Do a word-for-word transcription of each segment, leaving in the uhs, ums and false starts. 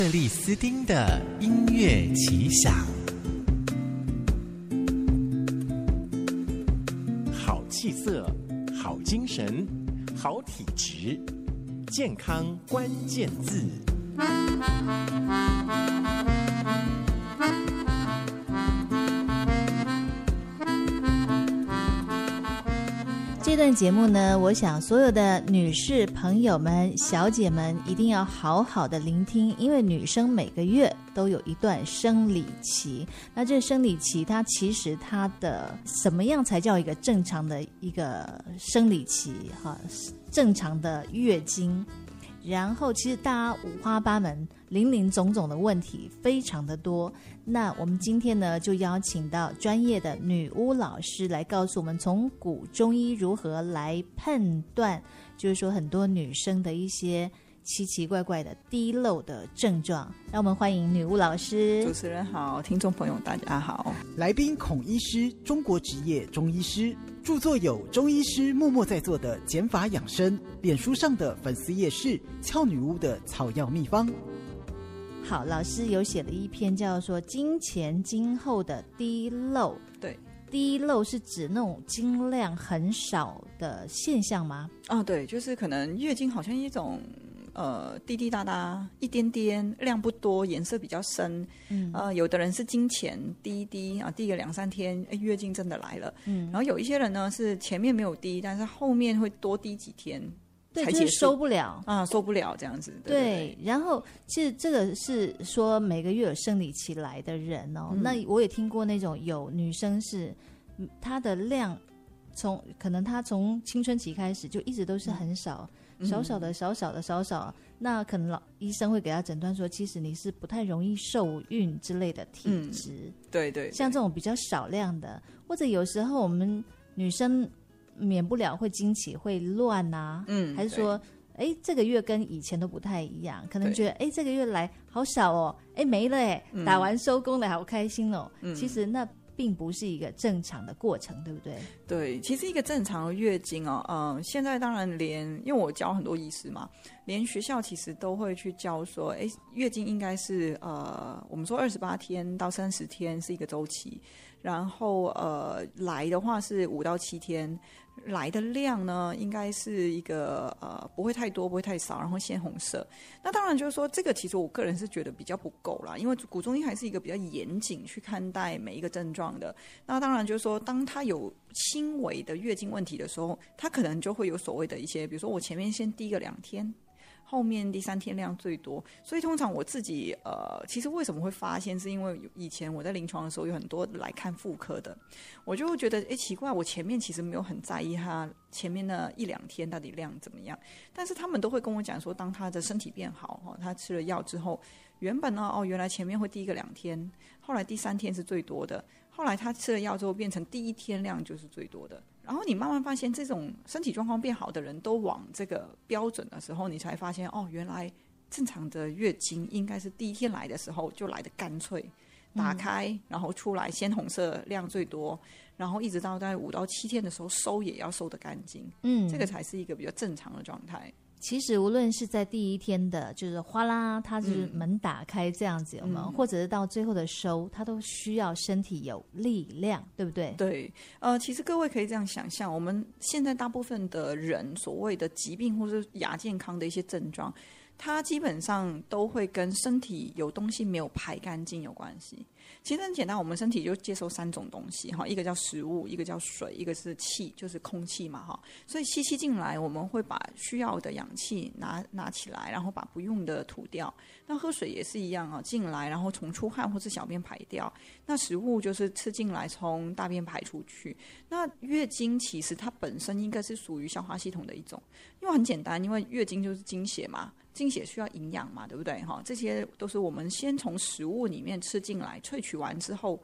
克里斯汀的音乐奇想，好气色，好精神，好体质，健康关键字。 这段节目呢，我想所有的女士朋友们、小姐们一定要好好的聆听，因为女生每个月都有一段生理期。那这生理期，它其实它的什么样才叫一个正常的一个生理期？哈，正常的月经。然后其实大家五花八门、林林总总的问题非常的多。那我们今天呢，就邀请到专业的女巫老师来告诉我们，从古中医如何来判断，就是说很多女生的一些奇奇怪怪的滴漏的症状。让我们欢迎女巫老师。 主持人好，听众朋友大家好。 来宾孔医师，中国职业中医师，著作有中医师默默在做的减法养生，脸书上的粉丝页是俏女巫的草药秘方。 好，老师有写了一篇叫做经前经后的滴漏。 对， 滴漏是指那种经量很少的现象吗？ 哦，对，就是可能月经好像一种呃滴滴答答一点点，量不多，颜色比较深。嗯，呃，有的人是经前滴一滴啊，滴个两三天，哎，月经真的来了。嗯，然后有一些人呢是前面没有滴，但是后面会多滴几天。 对，就是受不了啊，受不了这样子。对, 对, 对， 然后其实这个是说每个月有生理期来的人哦，嗯、那我也听过那种有女生是她的量从可能她从青春期开始就一直都是很少，嗯、少少的少少的少少，那可能老医生会给她诊断说，其实你是不太容易受孕之类的体质。 嗯、对, 对对， 像这种比较少量的，或者有时候我们女生免不了会经期会乱啊，嗯，还是说哎这个月跟以前都不太一样，可能觉得哎这个月来好少哦，哎没了哎，嗯、打完收工了好开心哦，嗯、其实那并不是一个正常的过程，对不对？ 对，其实一个正常的月经哦，嗯、呃，现在当然连因为我教很多医师嘛，连学校其实都会去教说，哎，月经应该是呃，我们说二十八天到三十天是一个周期，然后呃来的话是五到七天。来的量呢，应该是一个呃不会太多，不会太少，然后鲜红色。那当然就是说，这个其实我个人是觉得比较不够啦，因为古中医还是一个比较严谨去看待每一个症状的。那当然就是说，当他有轻微的月经问题的时候，他可能就会有所谓的一些，比如说我前面先滴个两天。后面第三天量最多，所以通常我自己呃，其实为什么会发现，是因为以前我在临床的时候有很多来看妇科的，我就会觉得哎奇怪，我前面其实没有很在意他前面那一两天到底量怎么样，但是他们都会跟我讲说，当他的身体变好，哦，他吃了药之后，原本呢哦原来前面会滴个两天，后来第三天是最多的，后来他吃了药之后变成第一天量就是最多的。然后你慢慢发现，这种身体状况变好的人都往这个标准的时候，你才发现哦，原来正常的月经应该是第一天来的时候就来得干脆，打开、嗯、然后出来鲜红色量最多，然后一直到大概五到七天的时候收也要收得干净，嗯，这个才是一个比较正常的状态。 其实无论是在第一天的就是哗啦它是门打开这样子有没有、嗯、或者是到最后的收，它都需要身体有力量，对不对？ 对，呃，其实各位可以这样想象，我们现在大部分的人所谓的疾病或是亚健康的一些症状，它基本上都会跟身体有东西没有排干净有关系。其实很简单，我们身体就接收三种东西，一个叫食物，一个叫水，一个是气，就是空气嘛。所以吸气进来，我们会把需要的氧气拿拿起来，然后把不用的吐掉。那喝水也是一样啊，进来然后从出汗或是小便排掉。那食物就是吃进来，从大便排出去。那月经其实它本身应该是属于消化系统的一种，因为很简单，因为月经就是经血嘛。经血需要营养嘛，对不对？这些都是我们先从食物里面吃进来，萃取完之后，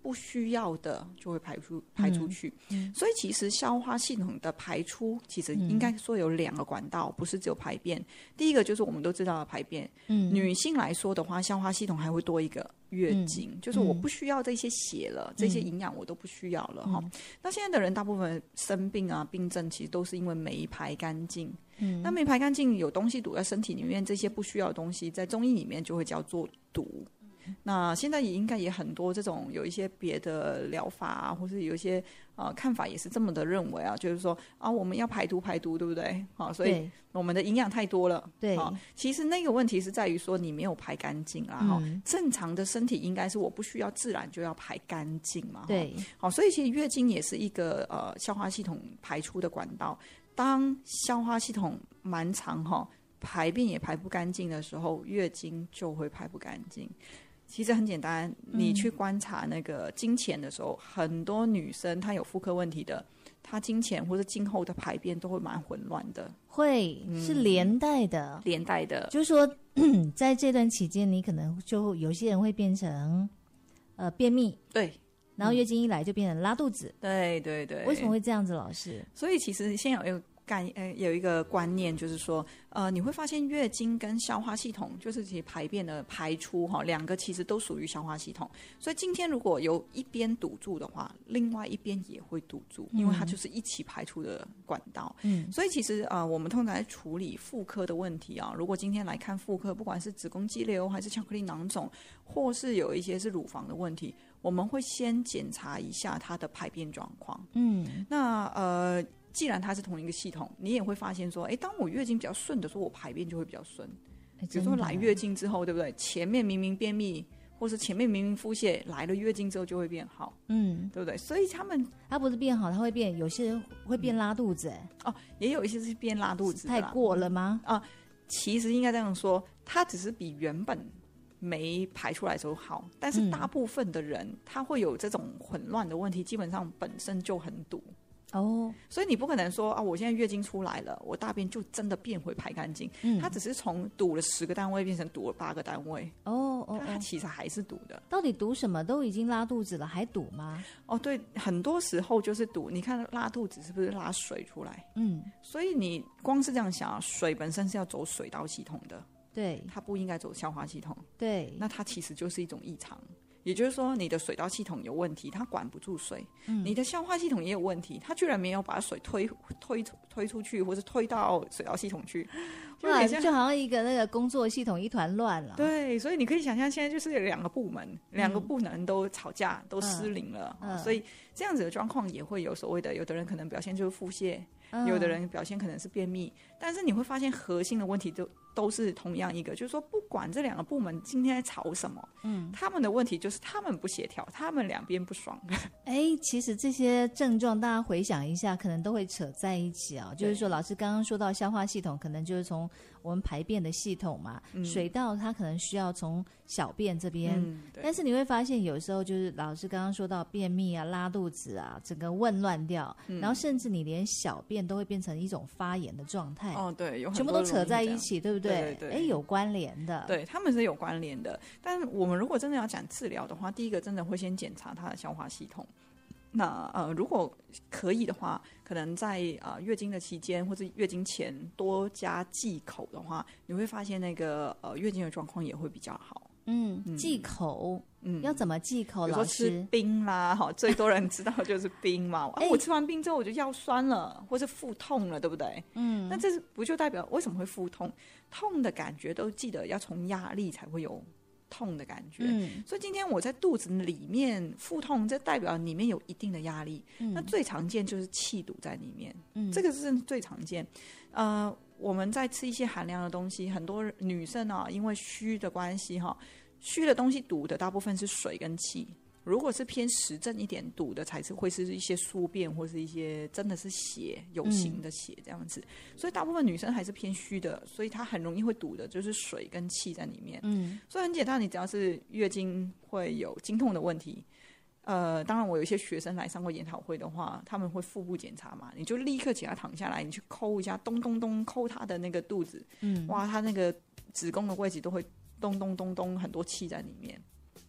不需要的就会排出排出去。嗯、所以其实消化系统的排出，其实应该说有两个管道，不是只有排便。第一个就是我们都知道的排便，嗯，女性来说的话，消化系统还会多一个月经，嗯、就是我不需要这些血了，嗯、这些营养我都不需要了哈。嗯、那现在的人大部分生病啊、病症，其实都是因为没排干净。嗯，那没排干净，有东西堵在身体里面，这些不需要的东西，在中医里面就会叫做毒。那现在也应该也很多这种有一些别的疗法啊，或是有一些呃看法也是这么的认为啊，就是说啊我们要排毒排毒，对不对？好，所以我们的营养太多了。对，好，其实那个问题是在于说你没有排干净啦。哈、嗯，正常的身体应该是我不需要自然就要排干净嘛。对，好，所以其实月经也是一个呃消化系统排出的管道。当消化系统蛮长哈，排便也排不干净的时候，月经就会排不干净。其实很简单，你去观察那个经前的时候，嗯、很多女生她有妇科问题的，她经前或者经后的排便都会蛮混乱的， 会、嗯、是连带的， 连带的， 就是说，在这段期间，你可能就有些人会变成呃便秘， 对。 然后月经一来就变成拉肚子， 对对对。 为什么会这样子，老师？ 所以其实现在有一个概呃有一个观念，就是说，呃，你会发现月经跟消化系统，就是其实排便的排出哈，两个其实都属于消化系统。所以今天如果有一边堵住的话，另外一边也会堵住，因为它就是一起排出的管道。嗯。所以其实呃，我们通常在处理妇科的问题啊，如果今天来看妇科，不管是子宫肌瘤还是巧克力囊肿，或是有一些是乳房的问题。我们会先检查一下它的排便状况。嗯，那呃，既然它是同一个系统，你也会发现说，哎，当我月经比较顺的时候，我排便就会比较顺。比如说来月经之后，对不对？前面明明便秘，或是前面明明腹泻，来了月经之后就会变好。嗯，对不对？所以他们它不是变好，它会变，有些人会变拉肚子。哎、 嗯，哦，也有一些是变拉肚子的啦。 太过了吗？ 啊、呃，其实应该这样说，它只是比原本没排出来的时候好，但是大部分的人、嗯、他会有这种混乱的问题，基本上本身就很堵哦，所以你不可能说啊，我现在月经出来了，我大便就真的变回排干净，嗯，它只是从堵了十个单位变成堵了八个单位哦哦，它其实还是堵的。 到底堵什么？都已经拉肚子了，还堵吗？ 哦，对，很多时候就是堵。你看拉肚子是不是拉水出来？嗯，所以你光是这样想啊，水本身是要走水道系统的。对，它不应该走消化系统。对，那它其实就是一种异常，也就是说你的水道系统有问题，它管不住水。嗯，你的消化系统也有问题，它居然没有把水推推推出去，或是推到水道系统去， 就好像就好像一个那个工作系统一团乱了。 对，所以你可以想象，现在就是有两个部门，两个部门都吵架，嗯、都失灵了、嗯嗯，所以这样子的状况也会有所谓的，有的人可能表现就是腹泻。有的人表现可能是便秘，但是你会发现核心的问题都都是同样一个，就是说不管这两个部门今天在吵什么，嗯，他们的问题就是他们不协调，他们两边不爽。 哎，其实这些症状大家回想一下，可能都会扯在一起啊、哦。就是说，老师刚刚说到消化系统，可能就是从我们排便的系统嘛，嗯、水道它可能需要从小便这边、嗯，但是你会发现有时候就是老师刚刚说到便秘啊、拉肚子啊，整个混乱掉、嗯，然后甚至你连小便都会变成一种发炎的状态。 哦，对，有很多全部都扯在一起，对不对？ 对对对， 哎，有关联的。 对，他们是有关联的。但我们如果真的要讲治疗的话，第一个真的会先检查他的消化系统。那呃，如果可以的话，可能在呃月经的期间或者月经前多加忌口的话，你会发现那个呃月经的状况也会比较好。嗯， 忌口，嗯，要怎么忌口？ 比如说吃冰啦，哈，最多人知道就是冰嘛。啊，我吃完冰之后我就腰酸了，或是腹痛了，对不对？嗯，那这不就代表为什么会腹痛？痛的感觉都记得要从压力才会有痛的感觉。嗯，所以今天我在肚子里面腹痛，这代表里面有一定的压力。嗯，那最常见就是气堵在里面。嗯，这个是最常见。呃，我们在吃一些寒凉的东西，很多女生啊，因为虚的关系哈。虚的东西堵的大部分是水跟气，如果是偏实症一点堵的，才是会是一些宿便或是一些真的是血有形的血这样子、嗯、所以大部分女生还是偏虚的，所以她很容易会堵的就是水跟气在里面。嗯，所以很简单，你只要是月经会有经痛的问题，呃，当然我有一些学生来上过研讨会的话，他们会腹部检查嘛，你就立刻请他躺下来，你去抠一下，咚咚咚抠他的那个肚子，嗯，哇，他那个子宫的位置都会咚咚咚咚很多气在里面，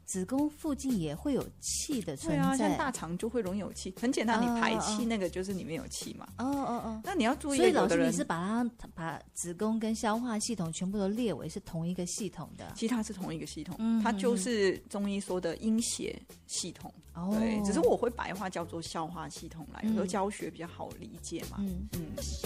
子宫附近也会有气的存在。 对啊，像大肠就会容易有气，很简单，你排气那个就是里面有气嘛。 哦哦哦。 那你要注意， 所以老师你是把它把子宫跟消化系统全部都列为是同一个系统的？ 其实它是同一个系统， 嗯、 它就是中医说的阴血系统。 哦， 对，只是我会白话叫做消化系统啦，有时候教学比较好理解嘛。嗯嗯。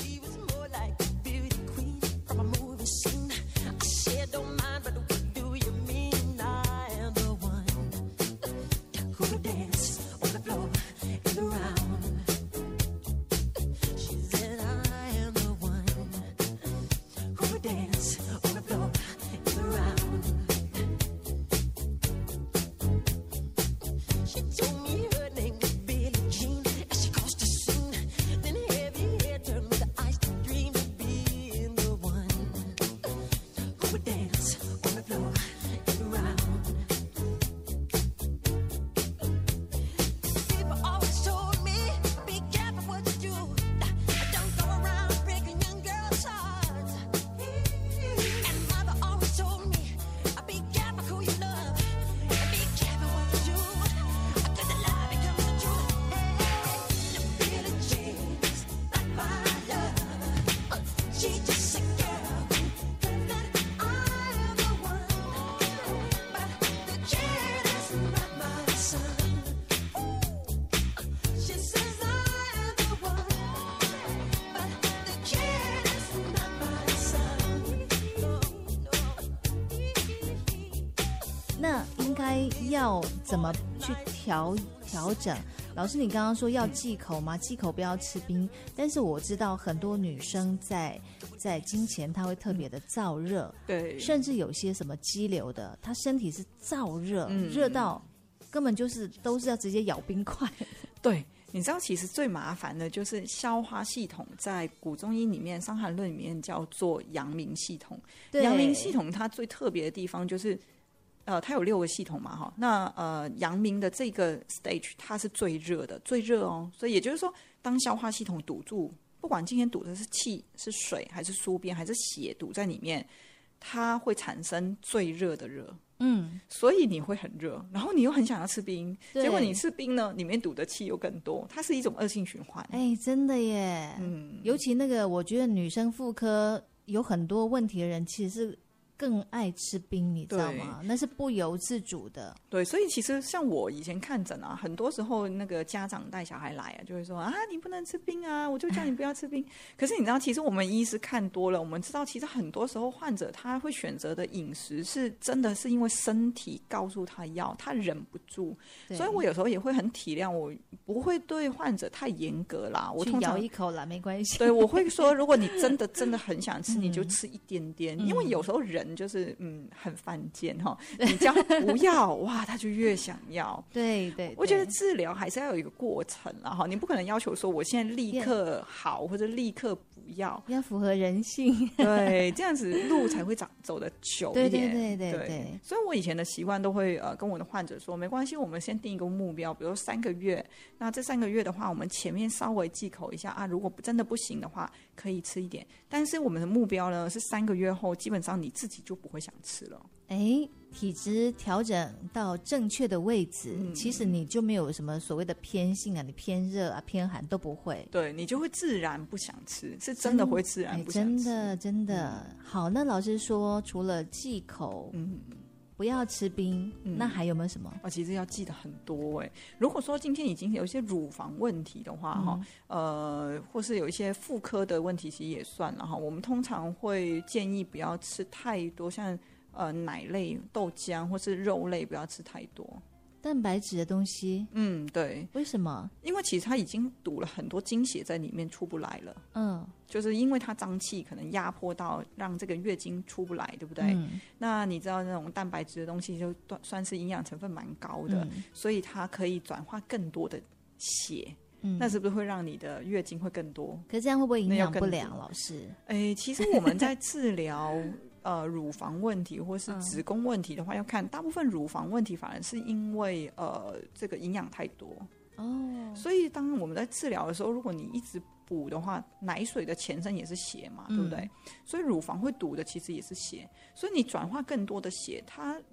那应该要怎么去调调整？老师，你刚刚说要忌口吗？忌口不要吃冰，但是我知道很多女生在在经前她会特别的燥热， 对， 甚至有些什么肌瘤的，她身体是燥热，嗯、热到根本就是都是要直接咬冰块。 对。你知道其实最麻烦的就是消化系统，在古中医里面《伤寒论》里面叫做阳明系统。阳明系统它最特别的地方就是，呃，它有六个系统嘛，哈。那呃，阳明的这个 stage 它是最热的，最热哦。所以也就是说，当消化系统堵住，不管今天堵的是气、是水，还是宿便，还是血堵在里面，它会产生最热的热。嗯，所以你会很热，然后你又很想要吃冰，结果你吃冰呢，里面堵的气又更多，它是一种恶性循环。 哎，真的耶，嗯，尤其那个，我觉得女生妇科有很多问题的人，其实是更爱吃冰，你知道吗？那是不由自主的。 对，所以其实像我以前看诊啊，很多时候那个家长带小孩来啊，就会说啊，你不能吃冰啊，我就叫你不要吃冰。可是你知道，其实我们医师看多了，我们知道，其实很多时候患者他会选择的饮食是真的是因为身体告诉他要，他忍不住。所以我有时候也会很体谅，我不会对患者太严格啦。我通常咬一口啦，没关系。 对，我会说，如果你真的真的很想吃，你就吃一点点，嗯、因为有时候人就是嗯很犯贱哈，你叫他不要哇，他就越想要。 对 对, 对， 我觉得治疗还是要有一个过程啦哈，你不可能要求说我现在立刻好或者立刻不要， 要符合人性。 对，这样子路才会走走得久一点。 对对对对 对, 对。 所以我以前的习惯都会呃跟我的患者说，没关系，我们先定一个目标，比如说三个月。那这三个月的话，我们前面稍微忌口一下啊，如果真的不行的话，可以吃一点。但是我们的目标呢是三个月后，基本上你自己就不会想吃了。 哎，体质调整到正确的位置，嗯、其实你就没有什么所谓的偏性啊，你偏热啊、偏寒都不会。 对，你就会自然不想吃，是真的会自然不想吃。 真的真的、嗯、好。那老师说，除了忌口，嗯。不要吃冰、嗯，那还有没有什么？ 啊，其实要记得很多哎、欸。如果说今天已经有一些乳房问题的话，哈、嗯，呃，或是有一些妇科的问题，其实也算了哈。我们通常会建议不要吃太多，像呃奶类、豆浆或是肉类，不要吃太多。 蛋白质的东西， 嗯，对， 为什么？ 因为其实它已经堵了很多经血在里面出不来了，嗯，就是因为它脏气可能压迫到让这个月经出不来，对不对？嗯、那你知道那种蛋白质的东西就算是营养成分蛮高的、嗯，所以它可以转化更多的血。嗯、那是不是会让你的月经会更多？ 可是这样会不会营养不良？老师， 哎，其实我们在治疗呃乳房问题或是子宫问题的话，嗯、要看大部分乳房问题反而是因为呃这个营养太多哦，所以当我们在治疗的时候，如果你一直补的话，奶水的前身也是血嘛，对不对？嗯、所以乳房会堵的其实也是血，所以你转化更多的血，它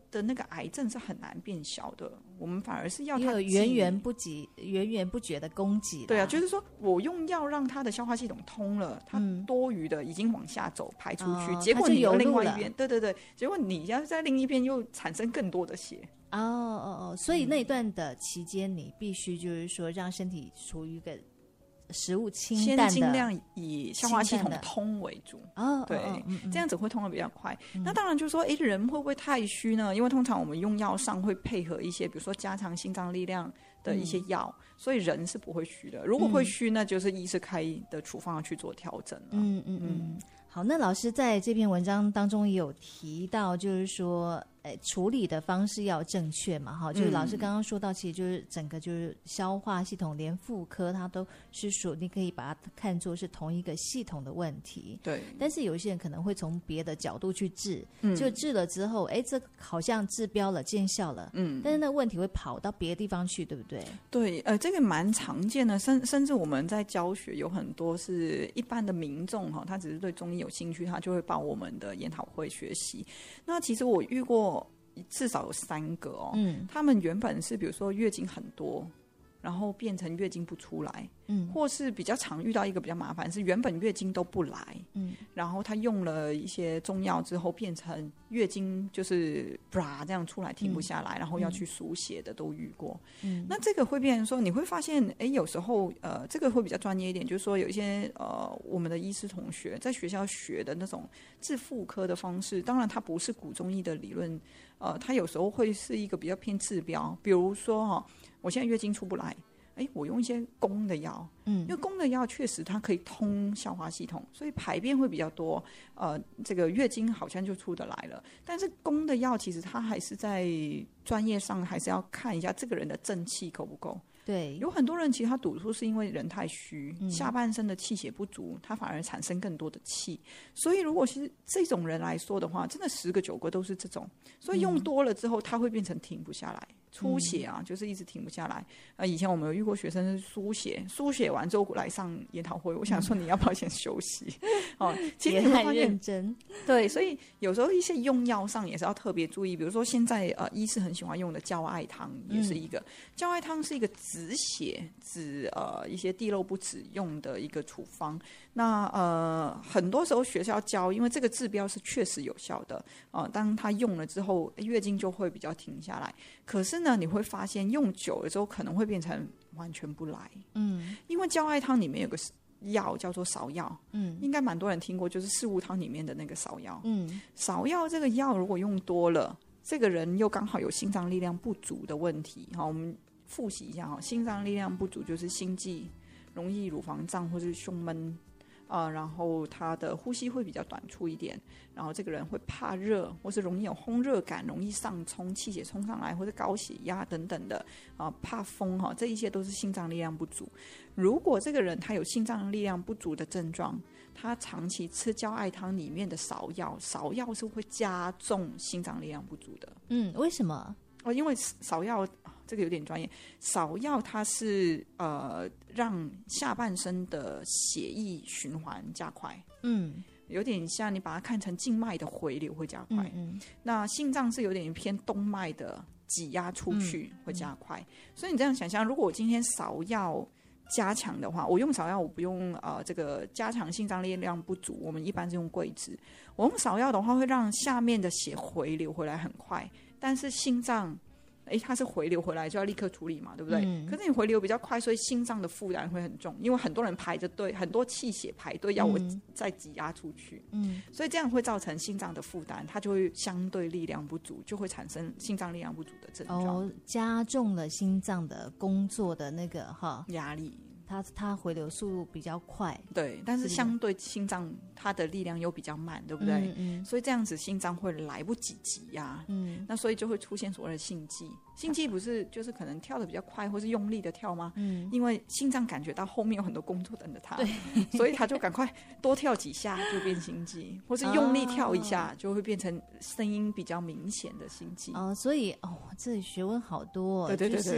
的那个癌症是很难变小的，我们反而是要它有源源不及、源源不绝的供给。 对啊，就是说我用药让它的消化系统通了，它多余的已经往下走排出去， 哦、 结果你又另外一边，对对对，结果你要在另一边又产生更多的血。 哦哦哦，所以那段的期间，你必须就是说让身体处于一个食物清淡的， 先尽量以消化系统通为主。 哦， 对， 哦嗯嗯， 这样子会通得比较快。嗯、那当然就是说，哎，人会不会太虚呢？因为通常我们用药上会配合一些，比如说加强心脏力量的一些药，嗯、所以人是不会虚的。如果会虚，嗯、那就是医师开的处方要去做调整了。 嗯嗯嗯。好，那老师在这篇文章当中也有提到，就是说，诶，处理的方式要正确嘛，哈，就是老师刚刚说到，其实就是整个就是消化系统，连妇科它都是属，你可以把它看作是同一个系统的问题。 对。 但是有一些人可能会从别的角度去治，嗯、就治了之后，哎，这好像治标了，见效了，嗯，但是那个问题会跑到别的地方去，对不对？ 对，呃，这个蛮常见的，甚甚至我们在教学有很多是一般的民众哈，他只是对中医有兴趣，他就会报我们的研讨会学习。那其实我遇过至少有三个哦，嗯，他们原本是比如说月经很多，然后变成月经不出来，嗯，或是比较常遇到一个比较麻烦是原本月经都不来，嗯，然后他用了一些中药之后变成月经就是啪这样出来停不下来，嗯、然后要去输血的都遇过，嗯，那这个会变成说你会发现，哎，有时候呃这个会比较专业一点，就是说有一些呃我们的医师同学在学校学的那种治妇科的方式，当然它不是古中医的理论，呃，它有时候会是一个比较偏治标，比如说哈、哦，我现在月经出不来。哎，我用一些攻的药，嗯，因为攻的药确实它可以通消化系统，所以排便会比较多，呃，这个月经好像就出得来了。但是攻的药其实它还是在专业上还是要看一下这个人的正气够不够。 对， 有很多人其实他堵住是因为人太虚，嗯、下半身的气血不足，他反而产生更多的气。所以如果是这种人来说的话，真的十个九个都是这种。所以用多了之后，他会变成停不下来。出血啊，就是一直停不下来。呃，以前我们有遇过学生是输血，输血完之后来上研讨会，我想说你要不要先休息？哦，其实你会发现也太认真。 对，所以有时候一些用药上也是要特别注意，比如说现在呃，医师很喜欢用的胶艾汤也是一个，嗯、胶艾汤是一个止血、止呃一些地漏不止用的一个处方。那呃，很多时候学校教，因为这个治标是确实有效的啊、呃，当他用了之后，月经就会比较停下来。可是呢，你会发现用久了之后可能会变成完全不来。嗯，因为胶艾汤里面有个药叫做芍药，嗯，应该蛮多人听过，就是四物汤里面的那个芍药。嗯，芍药这个药如果用多了，这个人又刚好有心脏力量不足的问题。好，我们复习一下哈，心脏力量不足就是心悸，容易乳房胀或是胸闷。呃，然后他的呼吸会比较短促一点，然后这个人会怕热，或是容易有烘热感，容易上冲，气血冲上来，或是高血压等等的啊、呃，怕风哈、哦，这一些都是心脏力量不足。如果这个人他有心脏力量不足的症状，他长期吃胶艾汤里面的芍药，芍药是会加重心脏力量不足的。 嗯，为什么？ 哦，因为芍药这个有点专业，芍药它是呃让下半身的血液循环加快，嗯，有点像你把它看成静脉的回流会加快，嗯嗯，那心脏是有点偏动脉的挤压出去会加快，嗯嗯，所以你这样想象，如果我今天芍药加强的话，我用芍药，我不用呃这个加强心脏力量不足，我们一般是用桂枝，我用芍药的话会让下面的血回流回来很快，但是心脏哎，它是回流回来就要立刻处理嘛，对不对？嗯、可是你回流比较快，所以心脏的负担会很重，因为很多人排着队，很多气血排队要我再挤压出去，嗯，所以这样会造成心脏的负担，它就会相对力量不足，就会产生心脏力量不足的症状， 哦，加重了心脏的工作的那个哈压力。 它它回流速度比较快， 对，但是相对心脏它的力量又比较慢，对不对？嗯嗯，所以这样子心脏会来不及挤压，嗯，那所以就会出现所谓的心悸。心悸不是就是可能跳得比较快，或是用力的跳吗？嗯，因为心脏感觉到后面有很多工作等着他，对，所以他就赶快多跳几下就变心悸，或是用力跳一下就会变成声音比较明显的心悸。 哦，所以哦，这里学问好多， 对对对对。 就是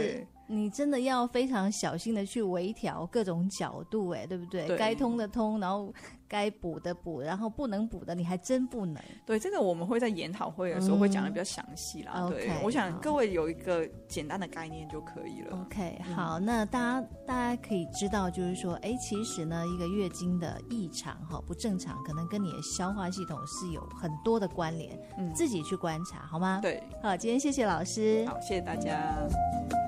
你真的要非常小心的去微调各种角度，哎，对不对？ 对， 该通的通，然后该补的补，然后不能补的你还真不能。 对，这个我们会在研讨会的时候会讲的比较详细啦。 嗯、 对， okay, 我想各位有一个简单的概念就可以了。 OK，、 嗯、 好，那大家大家可以知道，就是说，哎，其实呢，一个月经的异常哈不正常，可能跟你的消化系统是有很多的关联，嗯，自己去观察好吗？ 对， 好，今天谢谢老师， 好，谢谢大家。